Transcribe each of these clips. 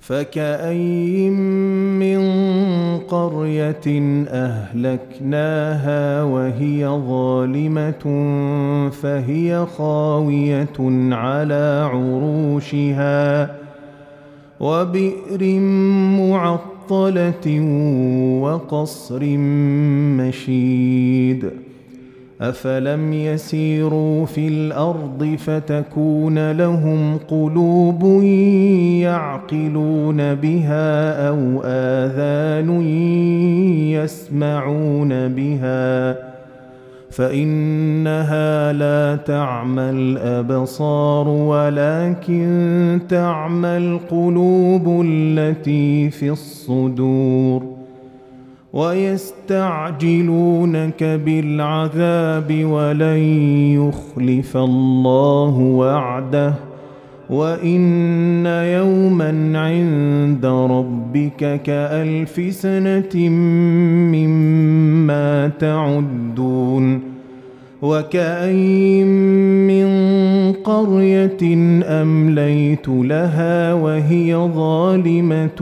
فكأين من قرية أهلكناها وهي ظالمة فهي خاوية على عروشها وبئر معطلة وقصر مشيد أفلم يسيروا في الأرض فتكون لهم قلوب يعقلون بها أو آذان يسمعون بها فإنها لا تعمى الأبصار ولكن تعمى القلوب التي في الصدور ويستعجلونك بالعذاب ولن يخلف الله وعده وإن يوما عند ربك كألف سنة مما تعدون وكأين من قرية أمليت لها وهي ظالمة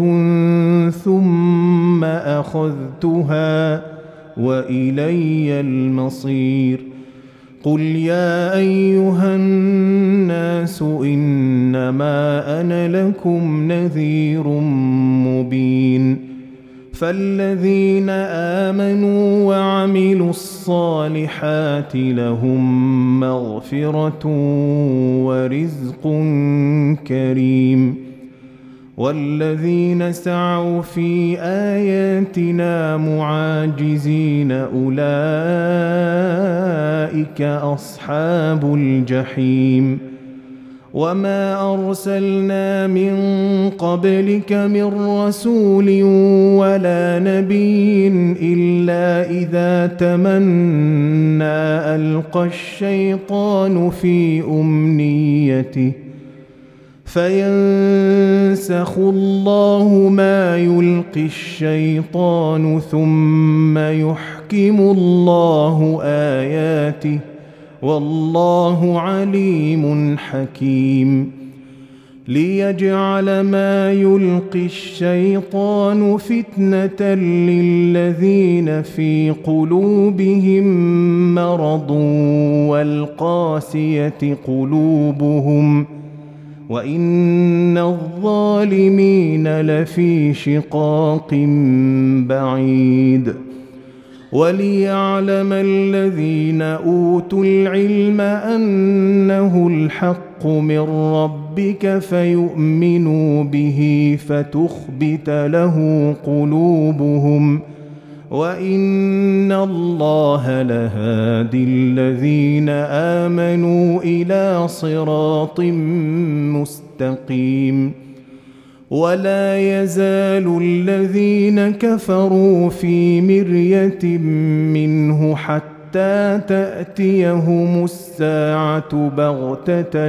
ثم أخذتها وإلي المصير قل يا أيها الناس إنما أنا لكم نذير مبين فالذين آمنوا وعملوا الصالحات لهم مغفرة ورزق كريم والذين سعوا في آياتنا معاجزين أولئك أصحاب الجحيم وما أرسلنا من قبلك من رسول ولا نبي إلا إذا تمنى ألقى الشيطان في أمنيته فينسخ الله ما يلقي الشيطان ثم يحكم الله آياته والله عليم حكيم ليجعل ما يلقي الشيطان فتنة للذين في قلوبهم مرض والقاسية قلوبهم وإن الظالمين لفي شقاق بعيد وليعلم الذين أوتوا العلم أنه الحق من ربك فيؤمنوا به فتخبت له قلوبهم وإن الله لهادي الذين آمنوا إلى صراط مستقيم ولا يزال الذين كفروا في مرية منه حتى تأتيهم الساعة بغتة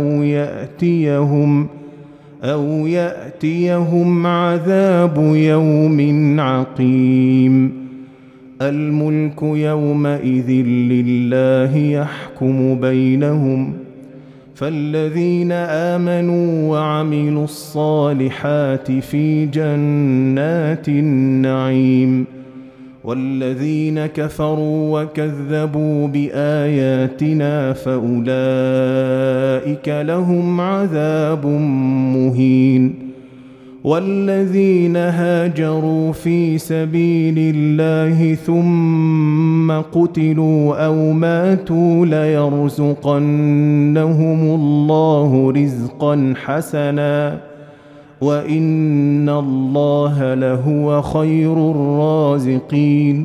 أو يأتيهم عذاب يوم عقيم الملك يومئذ لله يحكم بينهم فالذين آمنوا وعملوا الصالحات في جنات النعيم والذين كفروا وكذبوا بآياتنا فأولئك لهم عذاب مهين والذين هاجروا في سبيل الله ثم قتلوا أو ماتوا ليرزقنهم الله رزقا حسنا وإن الله لهو خير الرازقين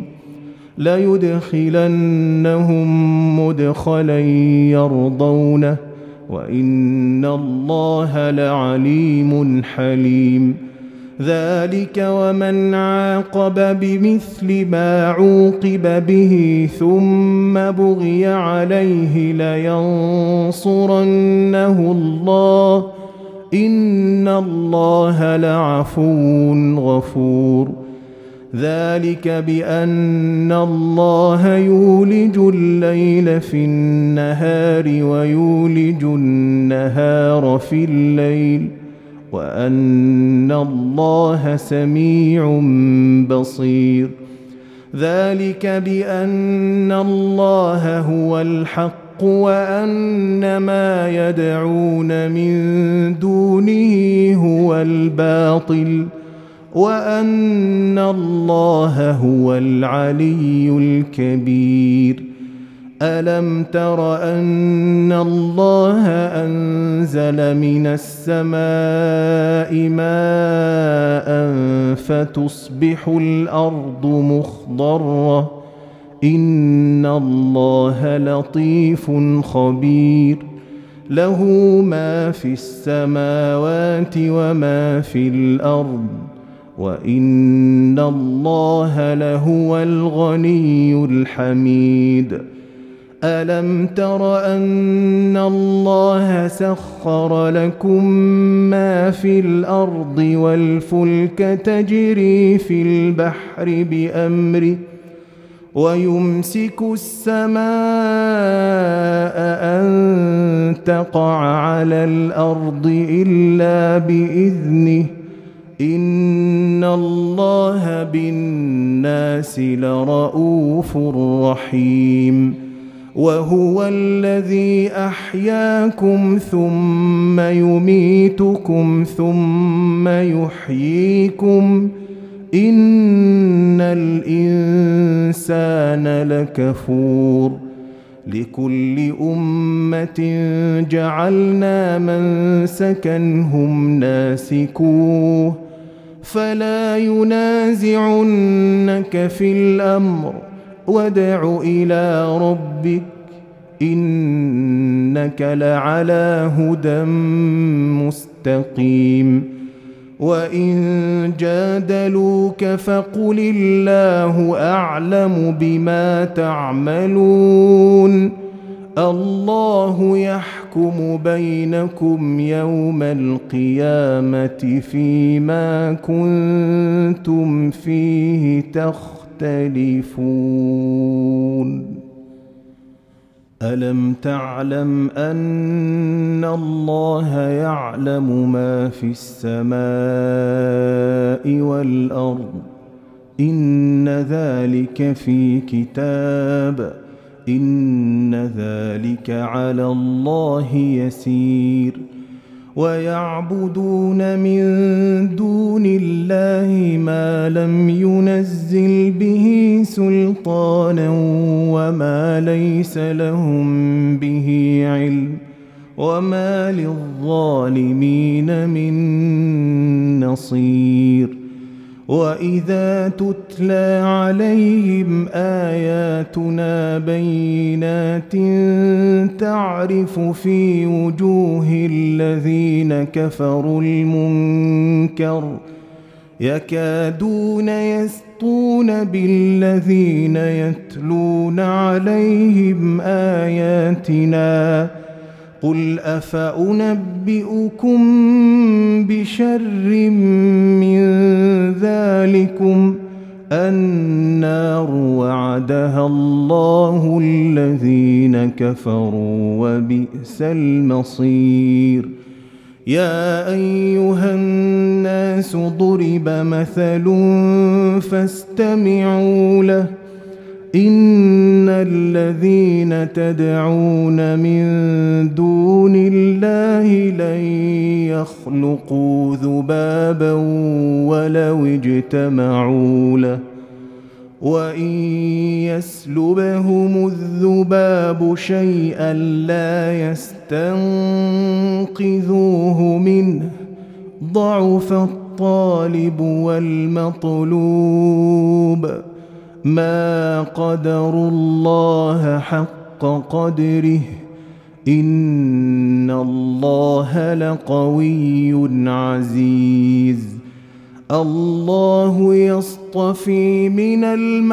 ليدخلنهم مدخلا يرضونه وإن الله لعليم حليم ذلك ومن عاقب بمثل ما عوقب به ثم بغي عليه لينصرنه الله إن الله لعفو غفور ذلك بأن الله يولج الليل في النهار ويولج النهار في الليل وأن الله سميع بصير. ذلك بأن الله هو الحق وأن ما يدعون من دونه هو الباطل وأن الله هو العلي الكبير. ألم تر أن الله أنزل من السماء ماء فتصبح الأرض مخضرة إن الله لطيف خبير. له ما في السماوات وما في الأرض وإن الله لهو الغني الحميد. ألم تر أن الله سخر لكم ما في الأرض والفلك تجري في البحر بأمره ويمسك السماء أن تقع على الأرض إلا بإذنه إن الله بالناس لرءوف رحيم. وهو الذي أحياكم ثم يميتكم ثم يحييكم إن الإنسان لكفور. لكل أمة جعلنا منسكا هم ناسكوه فلا ينازعنك في الأمر وادع إلى ربك إنك لعلى هدى مستقيم. وإن جادلوك فقل الله أعلم بما تعملون الله يحكم بينكم يوم القيامة فيما كنتم فيه تختلفون. ألم تعلم أن الله يعلم ما في السماء والأرض إن ذلك في كتاب إن ذلك على الله يسير. ويعبدون من دون الله ما لم ينزل به سلطانا وما ليس لهم به علم وما للظالمين من نصير. وإذا تتلى عليهم آياتنا بينات تعرف في وجوه الذين كفروا المنكر يكادون يسطون بالذين يتلون عليهم آياتنا قل أفأنبئكم بشر من ذلكم النار وعدها الله الذين كفروا وبئس المصير. يا أيها الناس ضرب مثل فاستمعوا له إن الذين تدعون من دون الله لن يخلقوا ذبابا ولو اجتمعوا له وإن يسلبهم الذباب شيئا لا يستنقذوه منه ضعف الطالب والمطلوب ما قدروا الله حق قدره إن الله لقوي عزيز. الله يصطفي من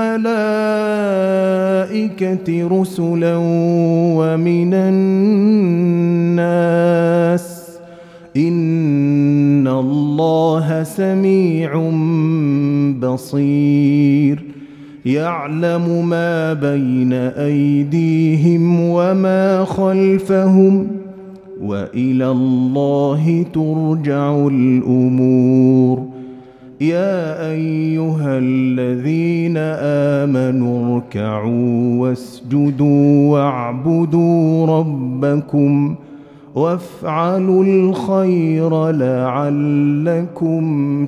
الملائكة رسلا ومن الناس إن الله سميع بصير. يعلم ما بين أيديهم وما خلفهم وإلى الله ترجع الأمور. يا أيها الذين آمنوا اركعوا واسجدوا واعبدوا ربكم وافعلوا الخير لعلكم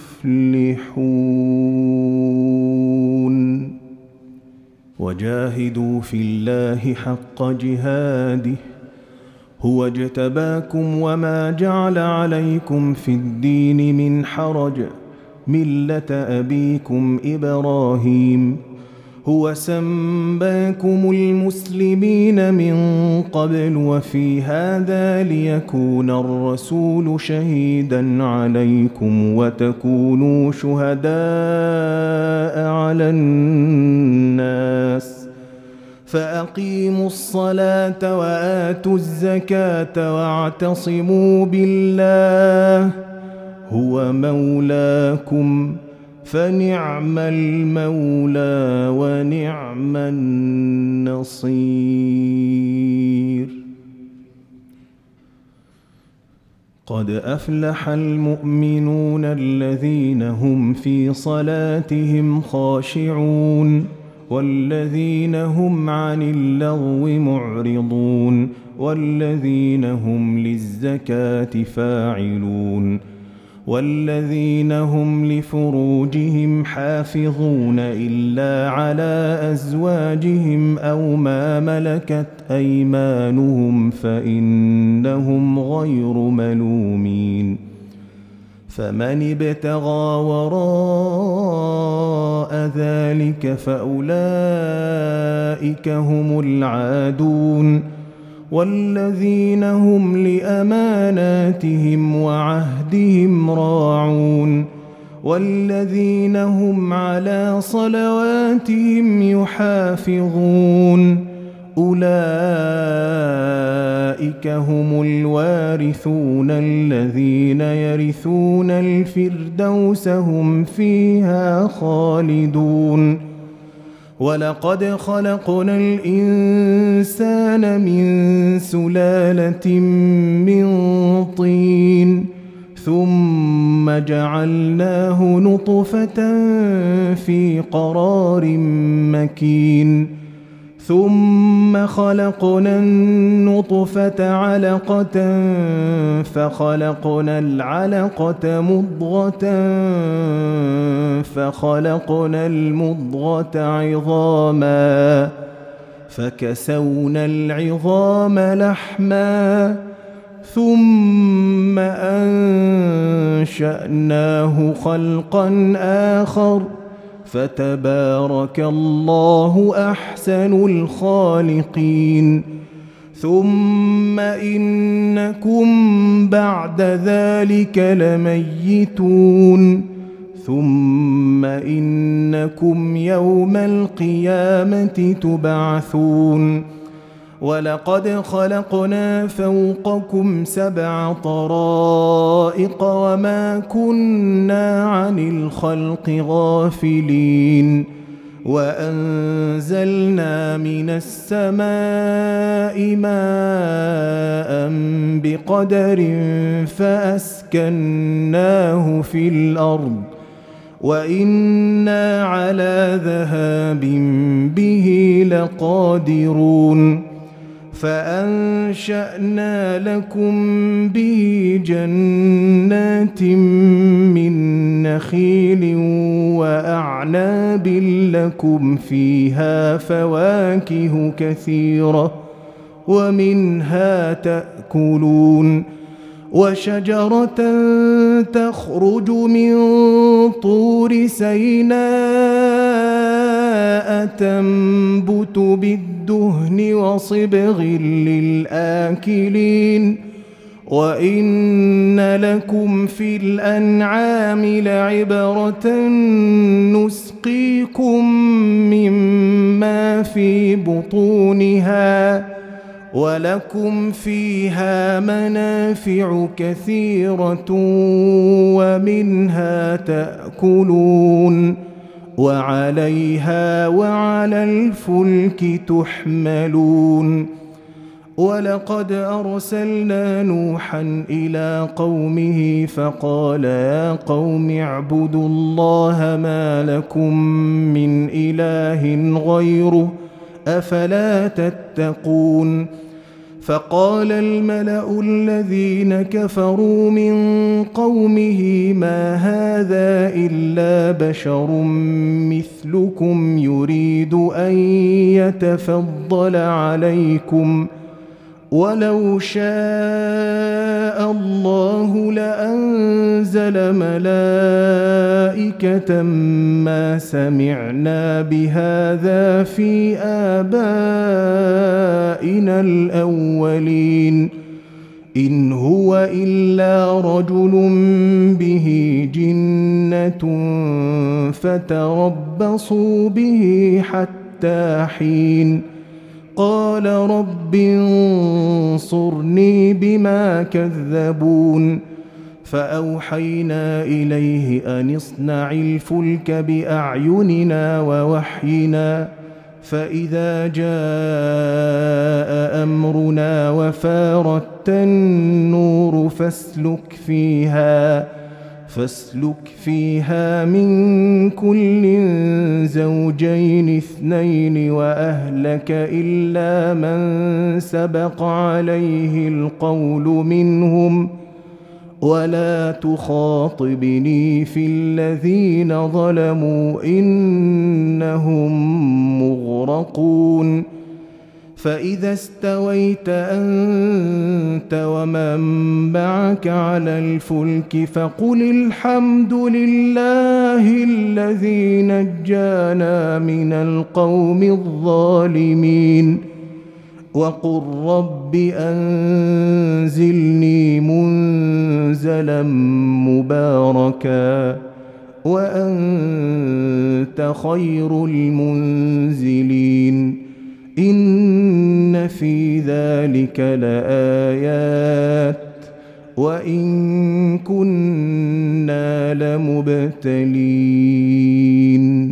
تفلحون. وجاهدوا في الله حق جهاده هو اجتباكم وما جعل عليكم في الدين من حرج ملة أبيكم إبراهيم هو سماكم المسلمين من قبل وفي هذا ليكون الرسول شهيدا عليكم وتكونوا شهداء على الناس. فأقيموا الصلاة وآتوا الزكاة واعتصموا بالله هو مولاكم فنعم المولى ونعم النصير. قد أفلح المؤمنون الذين هم في صلاتهم خاشعون والذين هم عن اللغو معرضون والذين هم للزكاة فاعلون والذين هم لفروجهم حافظون إلا على أزواجهم أو ما ملكت أيمانهم فإنهم غير ملومين. فمن ابتغى وراء ذلك فأولئك هم العادون والذين هم لأماناتهم وعهدهم راعون والذين هم على صلواتهم يحافظون أولئك هم الوارثون الذين يرثون الفردوس هم فيها خالدون. ولقد خلقنا الإنسان من سلالة من طين ثم جعلناه نطفة في قرار مكين ثم خلقنا النطفة علقة فخلقنا العلقة مضغة فخلقنا المضغة عظاما فكسونا العظام لحما ثم أنشأناه خلقا آخر فتبارك الله أحسن الخالقين. ثم إنكم بعد ذلك لميتون ثم إنكم يوم القيامة تبعثون. ولقد خلقنا فوقكم 7 طرائق وما كنا عن الخلق غافلين وأنزلنا من السماء ماء بقدر فأسكناه في الأرض وإنا على ذهاب به لقادرون. فأنشأنا لكم به جنات من نخيل وأعناب لكم فيها فواكه كثيرة ومنها تأكلون وشجرة تخرج من طور سيناء تنبت بالدهن وصبغ للآكلين وإن لكم في الأنعام لعبرة نسقيكم مما في بطونها ولكم فيها منافع كثيرة ومنها تأكلون وعليها وعلى الفلك تحملون. ولقد أرسلنا نوحا إلى قومه فقال يا قوم اعبدوا الله ما لكم من إله غيره أفلا تتقون فقال الملأ الذين كفروا من قومه ما هذا إلا بشر مثلكم يريد أن يتفضل عليكم ولو شاء الله لأنزل ملائكة ما سمعنا بهذا في آبائنا الأولين إن هو إلا رجل به جنة فتربصوا به حتى حين قال رب انصرني بما كذبون فأوحينا إليه أن اصنع الفلك بأعيننا ووحينا فإذا جاء أمرنا وفارت النور فاسلك فيها من كل زوجين اثنين وأهلك إلا من سبق عليه القول منهم ولا تخاطبني في الذين ظلموا إنهم مغرقون فإذا استويت أنت ومن معك على الفلك فقل الحمد لله الذي نجانا من القوم الظالمين وقل رب أنزلني منزلا مباركا وأنت خير المنزلين إن في ذلك لآيات وإن كنا لمبتلين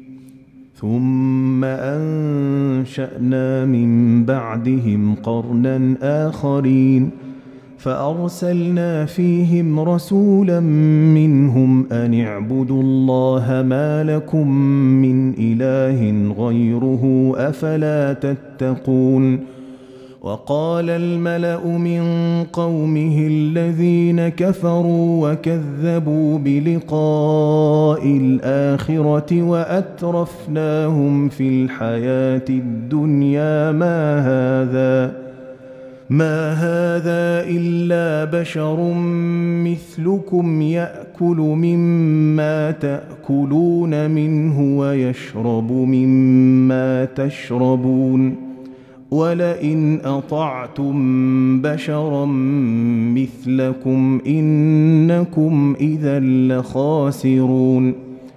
ثم أنشأنا من بعدهم قرنا آخرين فأرسلنا فيهم رسولا منهم أن اعبدوا الله ما لكم من إله غيره أفلا تتقون وقال الملأ من قومه الذين كفروا وكذبوا بلقاء الآخرة وأترفناهم في الحياة الدنيا ما هذا إلا بشر مثلكم يأكل مما تأكلون منه ويشرب مما تشربون ولئن أطعتم بشرا مثلكم إنكم إذا لخاسرون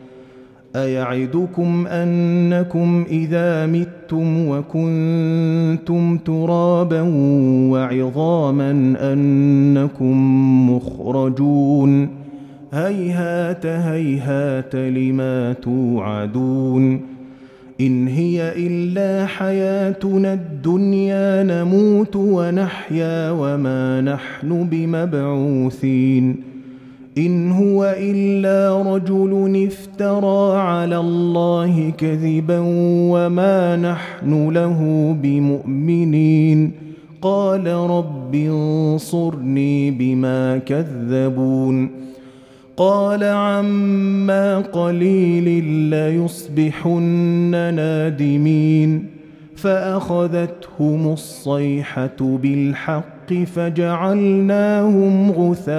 أيعدكم أنكم إذا متم وكنتم ترابا وعظاما أنكم مخرجون هيهات هيهات لما توعدون إن هي إلا حياتنا الدنيا نموت ونحيا وما نحن بمبعوثين إن هو إلا رجل افترى على الله كذبا وما نحن له بمؤمنين قال رب انصرني بما كذبون قال عما قليل ليصبحن نادمين فأخذتهم الصيحة بالحق فجعلناهم غثاء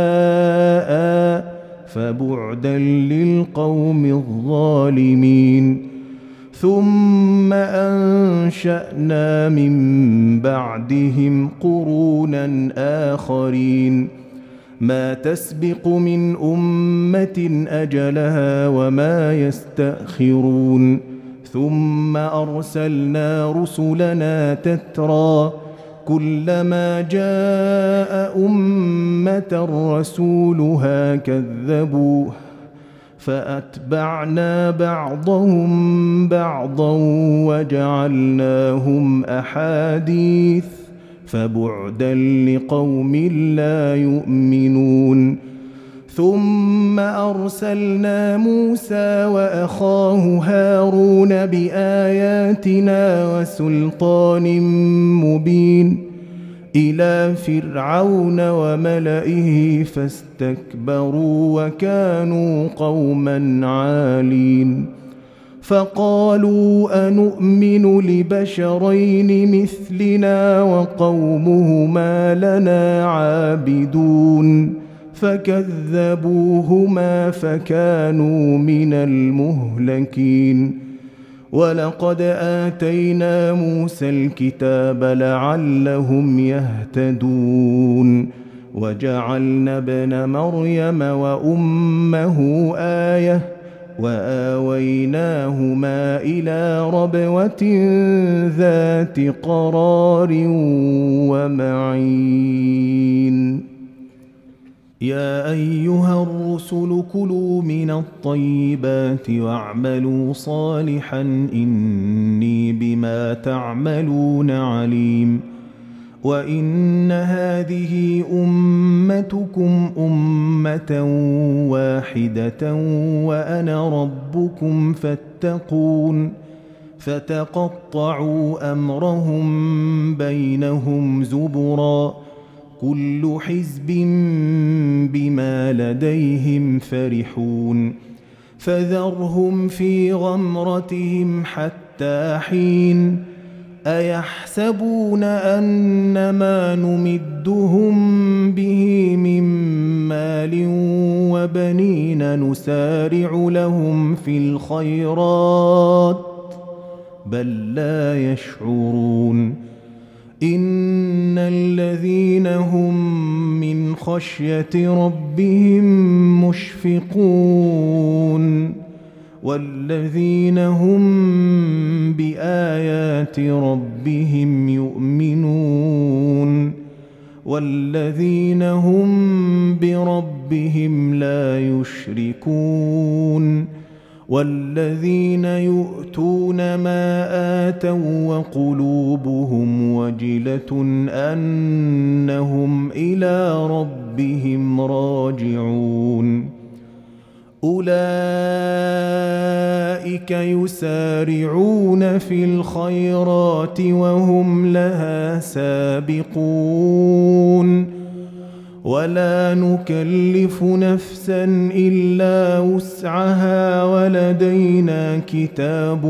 فبعدا للقوم الظالمين ثم أنشأنا من بعدهم قرونا آخرين ما تسبق من أمة أجلها وما يستأخرون ثم أرسلنا رسلنا تترى كلما جاء أمة رسولها كذبوه فأتبعنا بعضهم بعضا وجعلناهم أحاديث فبعدا لقوم لا يؤمنون. ثم أرسلنا موسى وأخاه هارون بآياتنا وسلطان مبين إلى فرعون وملئه فاستكبروا وكانوا قوما عالين. فقالوا أنؤمن لبشرين مثلنا وقومهما لنا عابدون فكذبوهما فكانوا من المهلكين. ولقد آتينا موسى الكتاب لعلهم يهتدون وجعلنا ابن مريم وأمه آية وآويناهما إلى ربوة ذات قرار ومعين. يا أيها الرسل كلوا من الطيبات واعملوا صالحا إني بما تعملون عليم. وإن هذه أمتكم أمة واحدة وأنا ربكم فاتقون. فتقطعوا أمرهم بينهم زبرا كل حزب بما لديهم فرحون. فذرهم في غمرتهم حتى حين. أيحسبون أن ما نمدهم به من مال وبنين نسارع لهم في الخيرات بل لا يشعرون. إن الذين هم من خشية ربهم مشفقون والذين هم بآيات ربهم يؤمنون والذين هم بربهم لا يشركون والذين يؤتون ما آتوا وقلوبهم وجلة أنهم إلى ربهم راجعون. أولئك يسارعون في الخيرات وهم لها سابقون ولا نكلف نفسا إلا وسعها ولدينا كتاب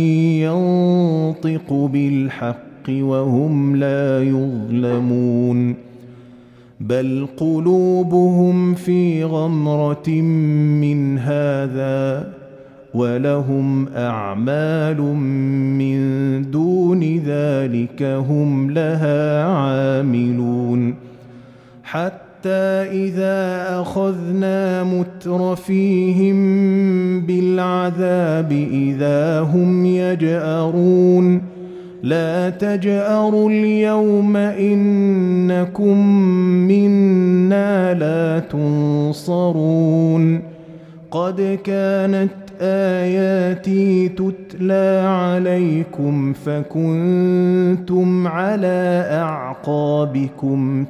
ينطق بالحق وهم لا يظلمون. بل قلوبهم في غمرة من هذا ولهم أعمال من دون ذلك هم لها عاملون. حتى إذا أخذنا مترفيهم بالعذاب إذا هم يجأرون. لا تجأروا اليوم إنكم منا لا تنصرون. قد كانت آياتي تتلى عليكم فكنتم على أعقابكم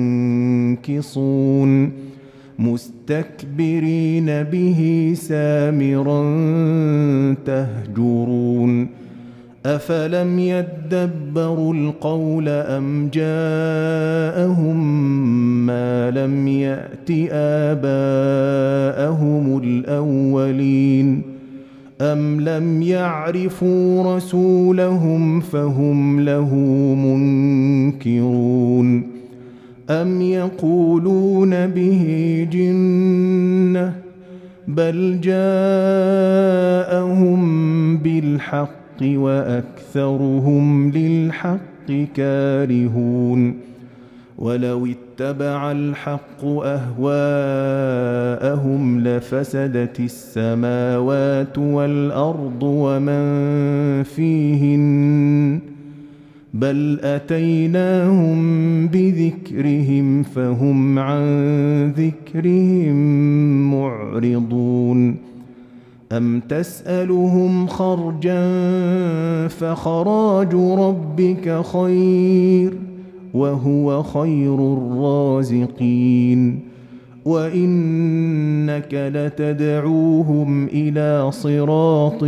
تنكصون مستكبرين به سامرا تهجرون. أفلم يدبروا القول أم جاءهم ما لم يأت آباءهم الأولين أم لم يعرفوا رسولهم فهم له منكرون. أم يقولون به جنة بل جاءهم بالحق وأكثرهم للحق كارهون. ولو اتبع الحق أهواءهم لفسدت السماوات والأرض ومن فيهن بل أتيناهم بذكرهم فهم عن ذكرهم معرضون. أم تسألهم خرجا فخراج ربك خير وهو خير الرازقين وإنك لتدعوهم إلى صراط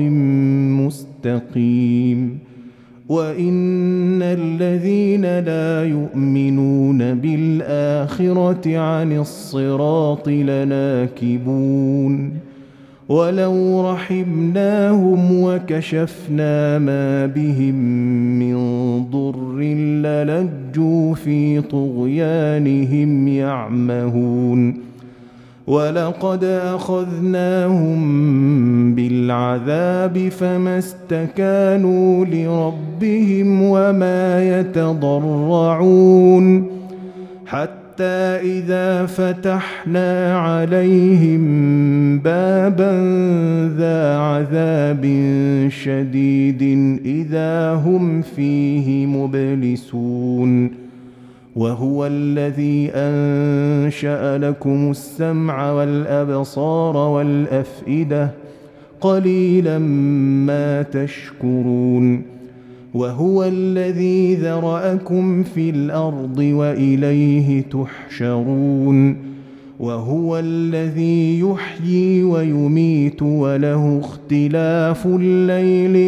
مستقيم وإن الذين لا يؤمنون بالآخرة عن الصراط لناكبون ولو رحمناهم وكشفنا ما بهم من ضر للجوا في طغيانهم يعمهون ولقد أخذناهم بالعذاب فما استكانوا لربهم وما يتضرعون حتى إذا فتحنا عليهم بابا ذا عذاب شديد إذا هم فيه مبلسون وهو الذي أنشأ لكم السمع والأبصار والأفئدة قليلا ما تشكرون وهو الذي ذرأكم في الأرض وإليه تحشرون وهو الذي يحيي ويميت وله اختلاف الليل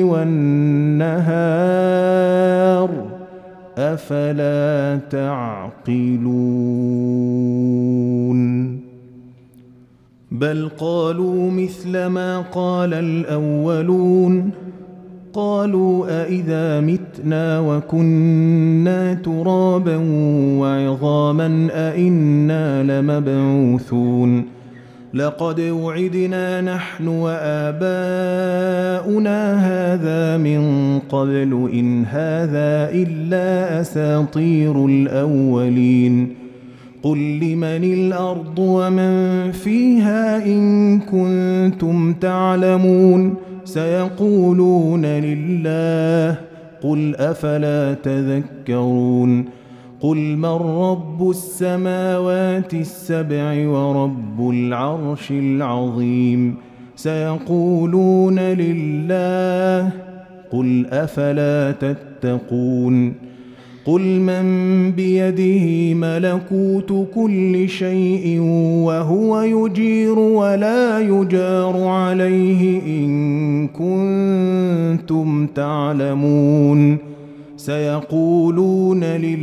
والنهار أفلا تعقلون بل قالوا مثل ما قال الأولون قالوا أإذا متنا وكنا ترابا وعظاما أإنا لمبعوثون لقد وعدنا نحن وآباؤنا هذا من قبل إن هذا إلا أساطير الأولين قل لمن الأرض ومن فيها إن كنتم تعلمون سيقولون لله قل أفلا تذكرون قل من رب السماوات السبع ورب العرش العظيم سيقولون لله قل أفلا تتقون قل من بيده ملكوت كل شيء وهو يجير ولا يجار عليه إن كنتم تعلمون سيقولون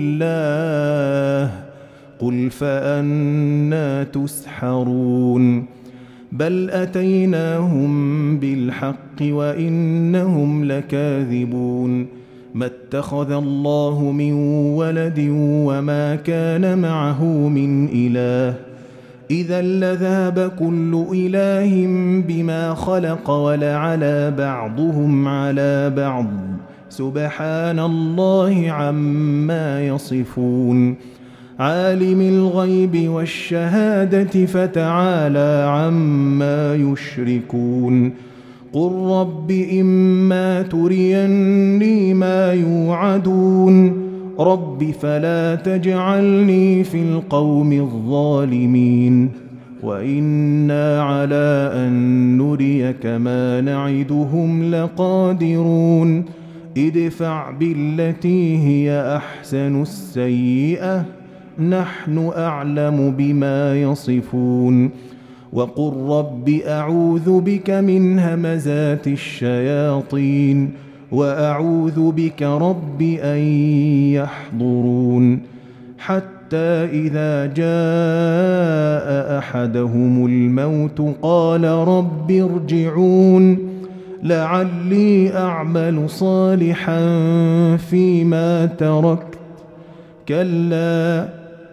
لله قل فأنى تسحرون بل أتيناهم بالحق وإنهم لكاذبون ما اتخذ الله من ولد وما كان معه من إله إذا لذهب كل إله بما خلق ولعلى بعضهم على بعض سبحان الله عما يصفون عالم الغيب والشهادة فتعالى عما يشركون قل رب إما تريني ما يوعدون رب فلا تجعلني في القوم الظالمين وإنا على أن نريك ما نعدهم لقادرون ادفع بالتي هي أحسن السيئة نحن أعلم بما يصفون وقل رب أعوذ بك من همزات الشياطين وأعوذ بك رب أن يحضرون حتى إذا جاء أحدهم الموت قال رب ارجعون لعلي أعمل صالحا فيما تركت كلا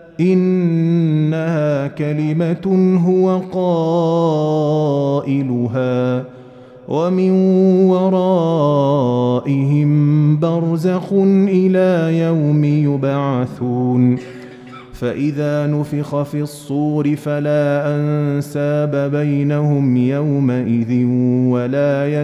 إنها كلمة هو قائلها ومن ورائهم برزخ إلى يوم يبعثون فإذا نفخ في الصور فلا أنساب بينهم يومئذ ولا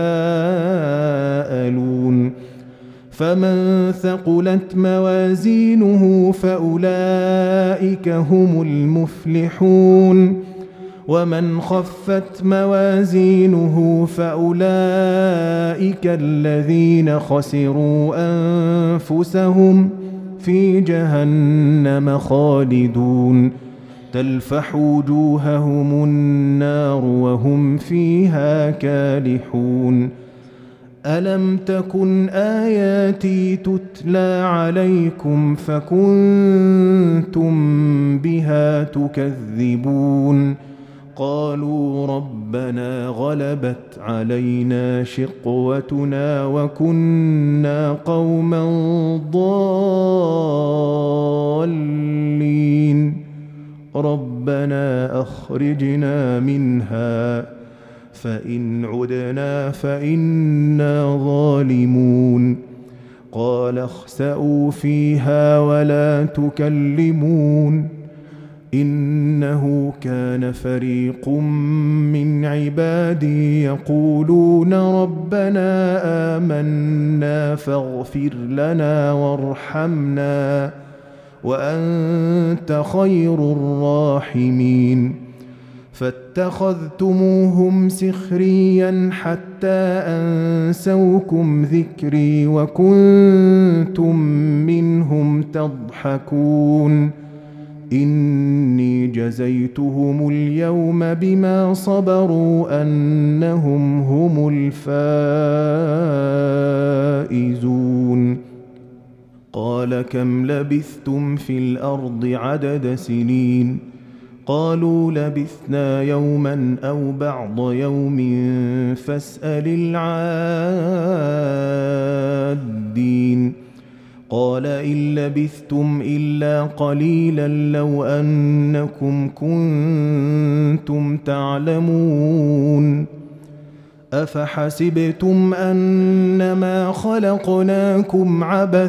يتساءلون فمن ثقلت موازينه فأولئك هم المفلحون ومن خفت موازينه فأولئك الذين خسروا أنفسهم في جهنم خالدون تلفح وجوههم النار وهم فيها كالحون ألم تكن آياتي تتلى عليكم فكنتم بها تكذبون قالوا ربنا غلبت علينا شقوتنا وكنا قوما ضالين ربنا أخرجنا منها فإن عدنا فإنا ظالمون قال اخسئوا فيها ولا تكلمون إنه كان فريق من عبادي يقولون ربنا آمنا فاغفر لنا وارحمنا وأنت خير الراحمين فاتخذتموهم سخريا حتى أنسوكم ذكري وكنتم منهم تضحكون إني جزيتهم اليوم بما صبروا أنهم هم الفائزون قال كم لبثتم في الأرض عدد سنين قالوا لبثنا يوما أو بعض يوم فاسأل العادين قال إن لبثتم إلا قليلا لو أنكم كنتم تعلمون أفحسبتم أنما خلقناكم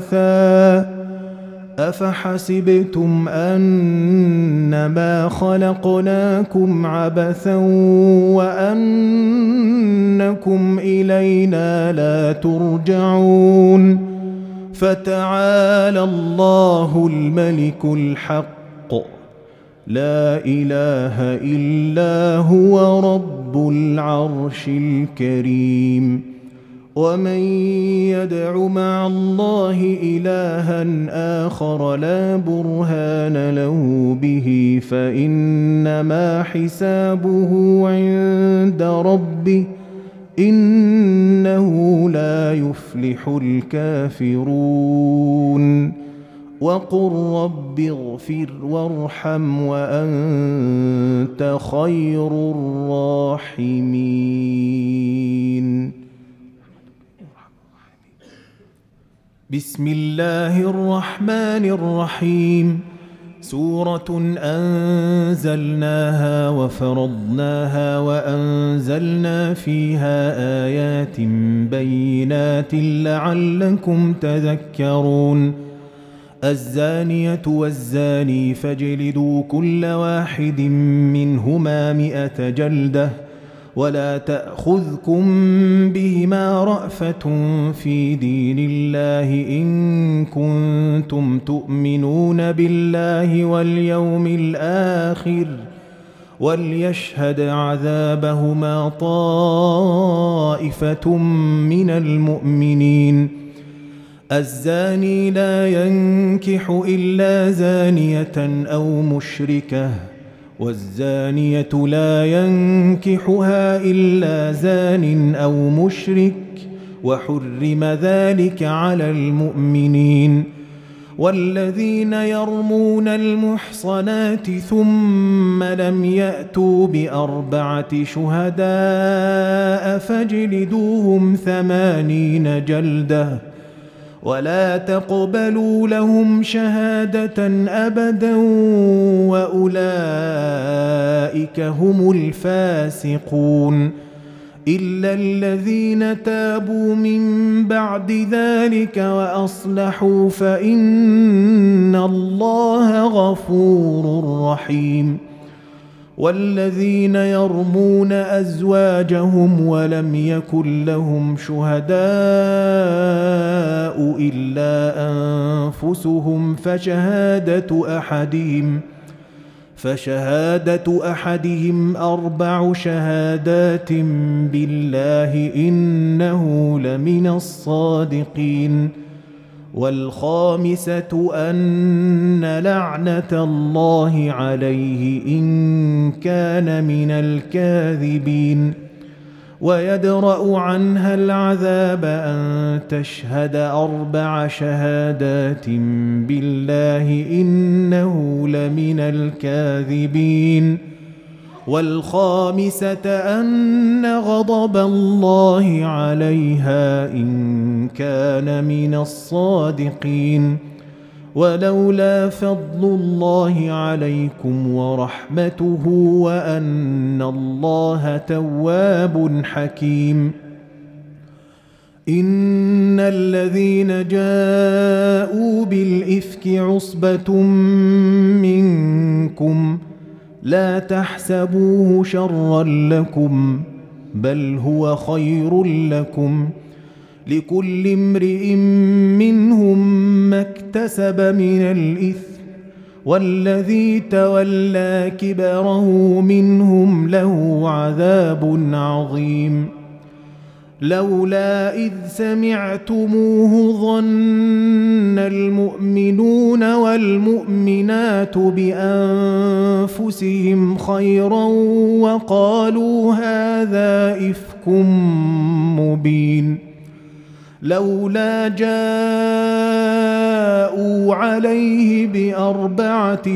عبثا وأنكم إلينا لا ترجعون فتعالى الله الملك الحق لا إله إلا هو رب العرش الكريم ومن يدع مع الله إلها آخر لا برهان له به فإنما حسابه عند ربه إنه لا يفلح الكافرون وقل رب اغفر وارحم وأنت خير الراحمين بسم الله الرحمن الرحيم سورة أنزلناها وفرضناها وأنزلنا فيها آيات بينات لعلكم تذكرون الزانية والزاني فاجلدوا كل واحد منهما 100 جلدة ولا تأخذكم بهما رأفة في دين الله إن كنتم تؤمنون بالله واليوم الآخر وليشهد عذابهما طائفة من المؤمنين الزاني لا ينكح إلا زانية أو مشركة والزانية لا ينكحها إلا زان أو مشرك وحرم ذلك على المؤمنين والذين يرمون المحصنات ثم لم يأتوا ب4 شهداء فاجلدوهم 80 جلدة ولا تقبلوا لهم شهادة أبدا وأولئك هم الفاسقون إلا الذين تابوا من بعد ذلك وأصلحوا فإن الله غفور رحيم والذين يرمون أزواجهم ولم يكن لهم شهداء إلا أنفسهم فشهادة أحدهم 4 شهادات بالله إنه لمن الصادقين والخامسة أن لعنة الله عليه إن كان من الكاذبين ويدرأ عنها العذاب أن تشهد 4 شهادات بالله إنه لمن الكاذبين والخامسة أن غضب الله عليها إن كان من الصادقين ولولا فضل الله عليكم ورحمته وأن الله تواب حكيم إن الذين جاءوا بالإفك عصبة منكم لا تحسبوه شرا لكم بل هو خير لكم لكل امرئ منهم ما اكتسب من الإثم والذي تولى كبره منهم له عذاب عظيم لولا إذ سمعتموه ظن المؤمنون والمؤمنات بأنفسهم خيرا وقالوا هذا إفك مبين لولا جاءوا عليه ب4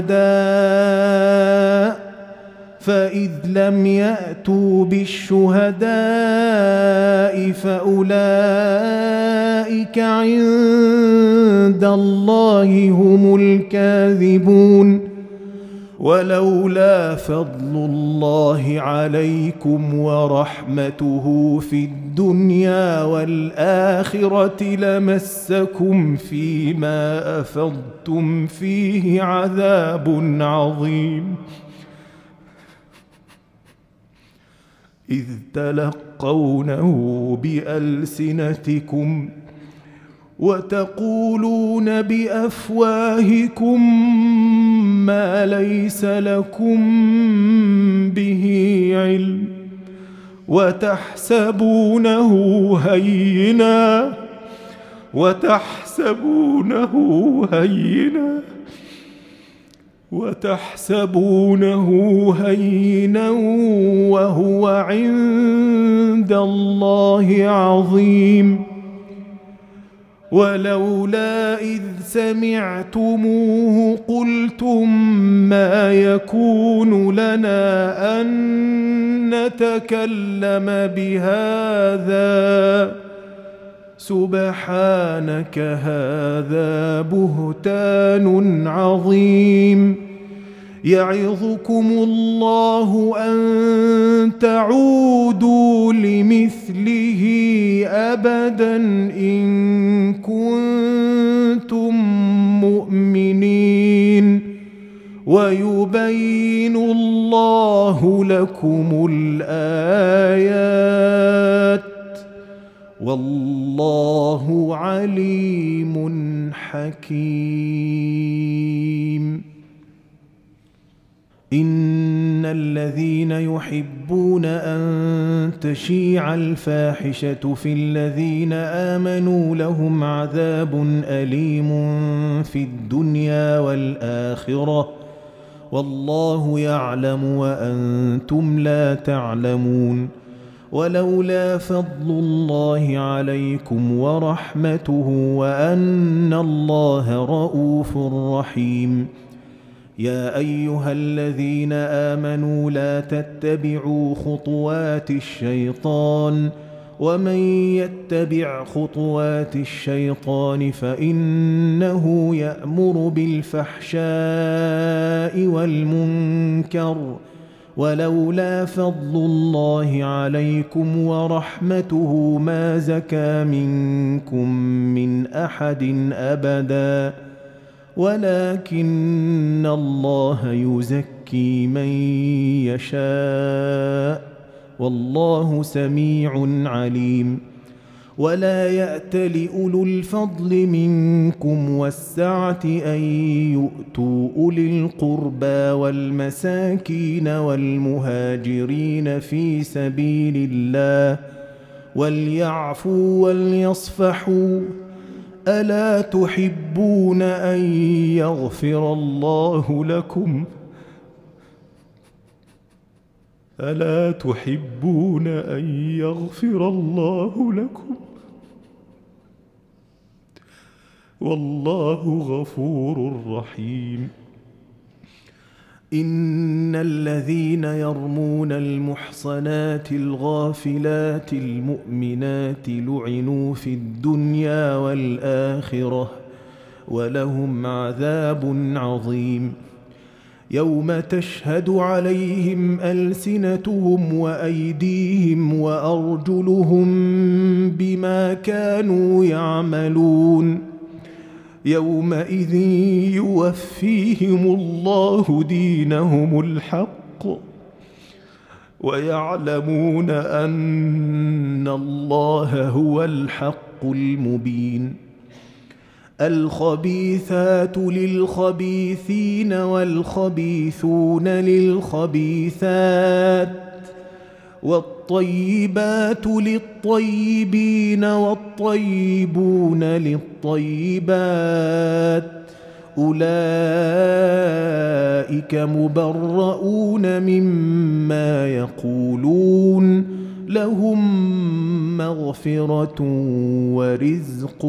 شهداء فإذ لم يأتوا بالشهداء فأولئك عند الله هم الكاذبون ولولا فضل الله عليكم ورحمته في الدنيا والآخرة لمسكم فيما أفضتم فيه عذاب عظيم إذ تلقونه بألسنتكم وتقولون بأفواهكم ما ليس لكم به علم وتحسبونه هينا وهو عند الله عظيم ولولا إذ سمعتموه قلتم ما يكون لنا أن نتكلم بهذا سبحانك هذا بهتان عظيم يعظكم الله أن تعودوا لمثله أبدا إن كنتم مؤمنين ويبين الله لكم الآيات والله عليم حكيم إن الذين يحبون أن تشيع الفاحشة في الذين آمنوا لهم عذاب أليم في الدنيا والآخرة والله يعلم وأنتم لا تعلمون ولولا فضل الله عليكم ورحمته وأن الله رؤوف رحيم يا أيها الذين آمنوا لا تتبعوا خطوات الشيطان ومن يتبع خطوات الشيطان فإنه يأمر بالفحشاء والمنكر ولولا فضل الله عليكم ورحمته ما زكى منكم من أحد أبدا ولكن الله يزكي من يشاء والله سميع عليم ولا يأت لأولو الفضل منكم والسعة أن يؤتوا أولي القربى والمساكين والمهاجرين في سبيل الله وليعفوا وليصفحوا ألا تحبون أن يغفر الله لكم؟ ألا تحبون أن يغفر الله لكم؟ والله غفور رحيم. إن الذين يرمون المحصنات الغافلات المؤمنات لعنوا في الدنيا والآخرة ولهم عذاب عظيم. يوم تشهد عليهم ألسنتهم وأيديهم وأرجلهم بما كانوا يعملون. يومئذ يوفيهم الله دينهم الحق ويعلمون أن الله هو الحق المبين. الخبيثات للخبيثين والخبيثون للخبيثات والطيبات للطيبين والطيبون للطيبات أولئك مبرؤون مما يقولون لهم مغفرة ورزق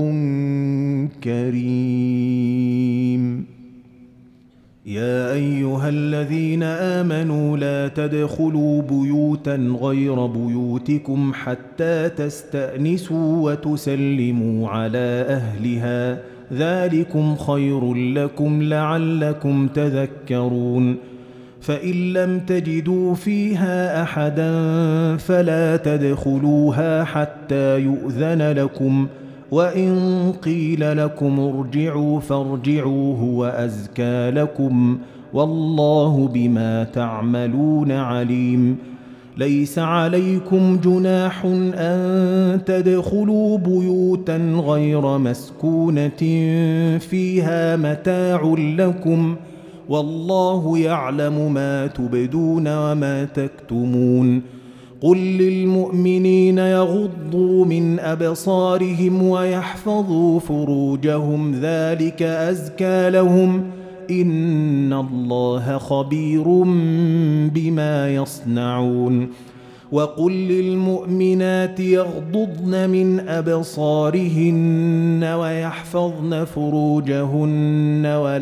كريم. يا أيها الذين آمنوا لا تدخلوا بيوتا غير بيوتكم حتى تستأنسوا وتسلموا على أهلها ذلكم خير لكم لعلكم تذكرون. فإن لم تجدوا فيها أحدا فلا تدخلوها حتى يؤذن لكم وإن قيل لكم ارجعوا فارجعوا هو أزكى لكم والله بما تعملون عليم. ليس عليكم جناح أن تدخلوا بيوتا غير مسكونة فيها متاع لكم والله يعلم ما تبدون وما تكتمون. قل للمؤمنين يغضوا من أبصارهم ويحفظوا فروجهم ذلك أزكى لهم إن الله خبير بما يصنعون. وقل للمؤمنات يغضضن من أبصارهن ويحفظن فروجهن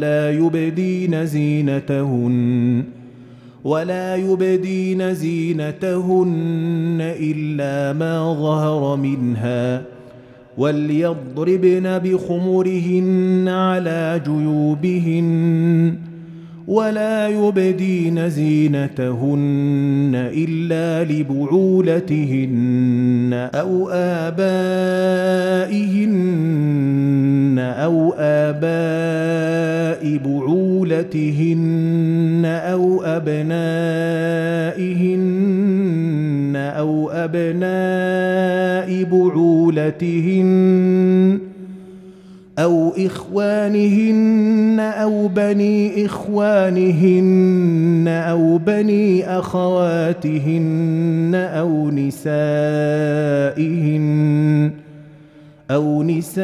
ولا يبدين زينتهن إلا ما ظهر منها وليضربن بخمرهن على جيوبهن ولا يبدين زينتهن إلا لبعولتهن أو آباء بعولتهن أو أبناء بعولتهن أو إخوانهن أو بني إخوانهن أو بني أخواتهن أو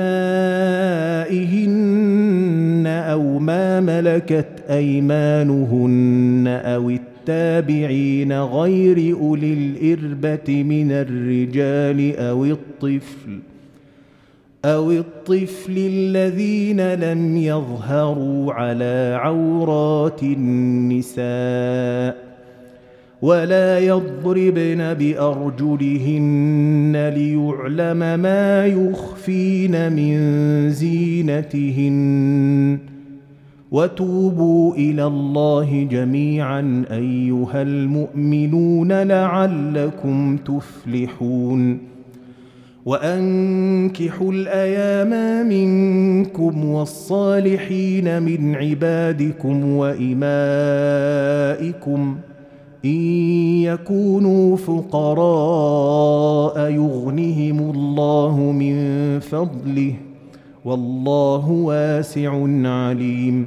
نسائهن أو ما ملكت أيمانهن أو التابعين غير أولي الإربة من الرجال أو الطفل الذين لم يظهروا على عورات النساء ولا يضربن بأرجلهن ليعلم ما يخفين من زينتهن. وتوبوا إلى الله جميعا أيها المؤمنون لعلكم تفلحون. وأنكحوا الأيام منكم والصالحين من عبادكم وإمائكم إن يكونوا فقراء يغنهم الله من فضله والله واسع عليم.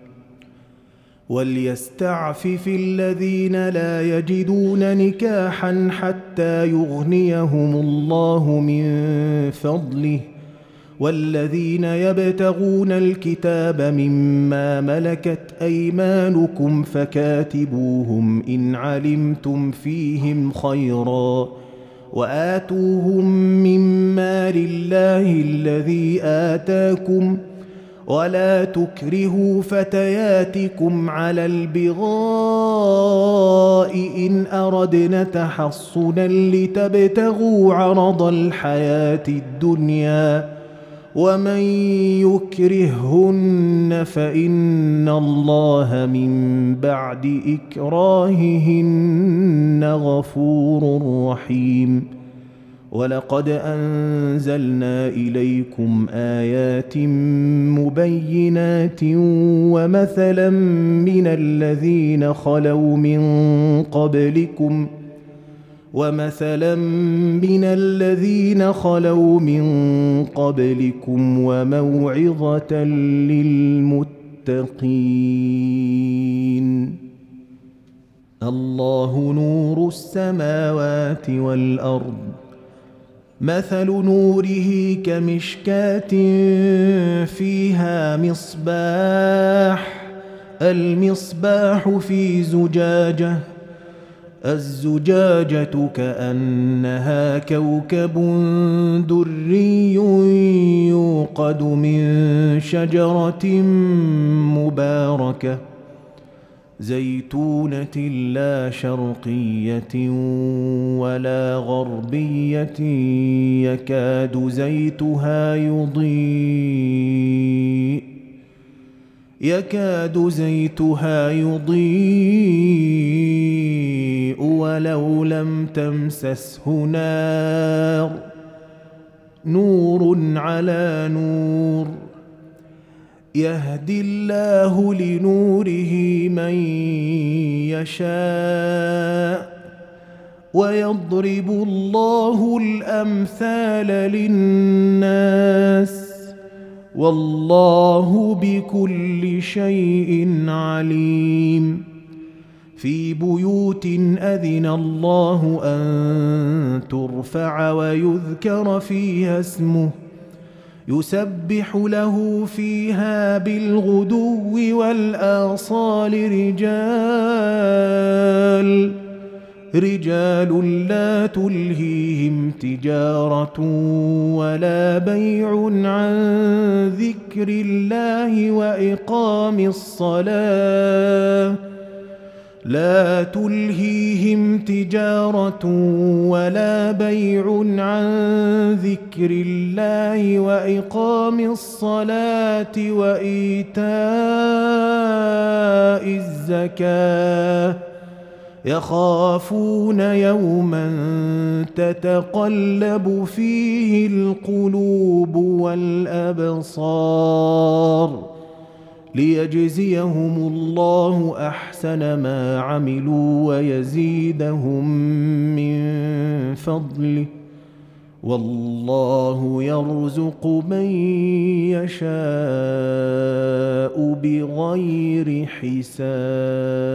وليستعفف الذين لا يجدون نكاحا حتى يغنيهم الله من فضله والذين يبتغون الكتاب مما ملكت أيمانكم فكاتبوهم إن علمتم فيهم خيرا وآتوهم من مال الله الذي آتاكم ولا تكرهوا فتياتكم على البغاء إن أردنا تحصنا لتبتغوا عرض الحياة الدنيا ومن يكرههن فإن الله من بعد إكراههن غفور رحيم ولقد أنزلنا إليكم آيات مبينات ومثلا من الذين خلوا من قبلكم وموعظة للمتقين الله نور السماوات والأرض مثل نوره كمشكاة فيها المصباح في زجاجة الزجاجة كأنها كوكب دري يوقد من شجرة مباركة زيتونة لا شرقية ولا غربية يكاد زيتها يضيء ولو لم تمسسه نار نور على نور يهدي الله لنوره من يشاء ويضرب الله الأمثال للناس والله بكل شيء عليم في بيوت أذن الله أن ترفع ويذكر فيها اسمه يسبح له فيها بالغدو والآصال رجال لا تلهيهم تجارة ولا بيع عن ذكر الله وإقام الصلاة لا تلهيهم تجارة ولا بيع عن ذكر الله وإقام الصلاة وإيتاء الزكاة يخافون يوما تتقلب فيه القلوب والأبصار ليجزيهم الله أحسن ما عملوا ويزيدهم من فضله والله يرزق من يشاء بغير حساب.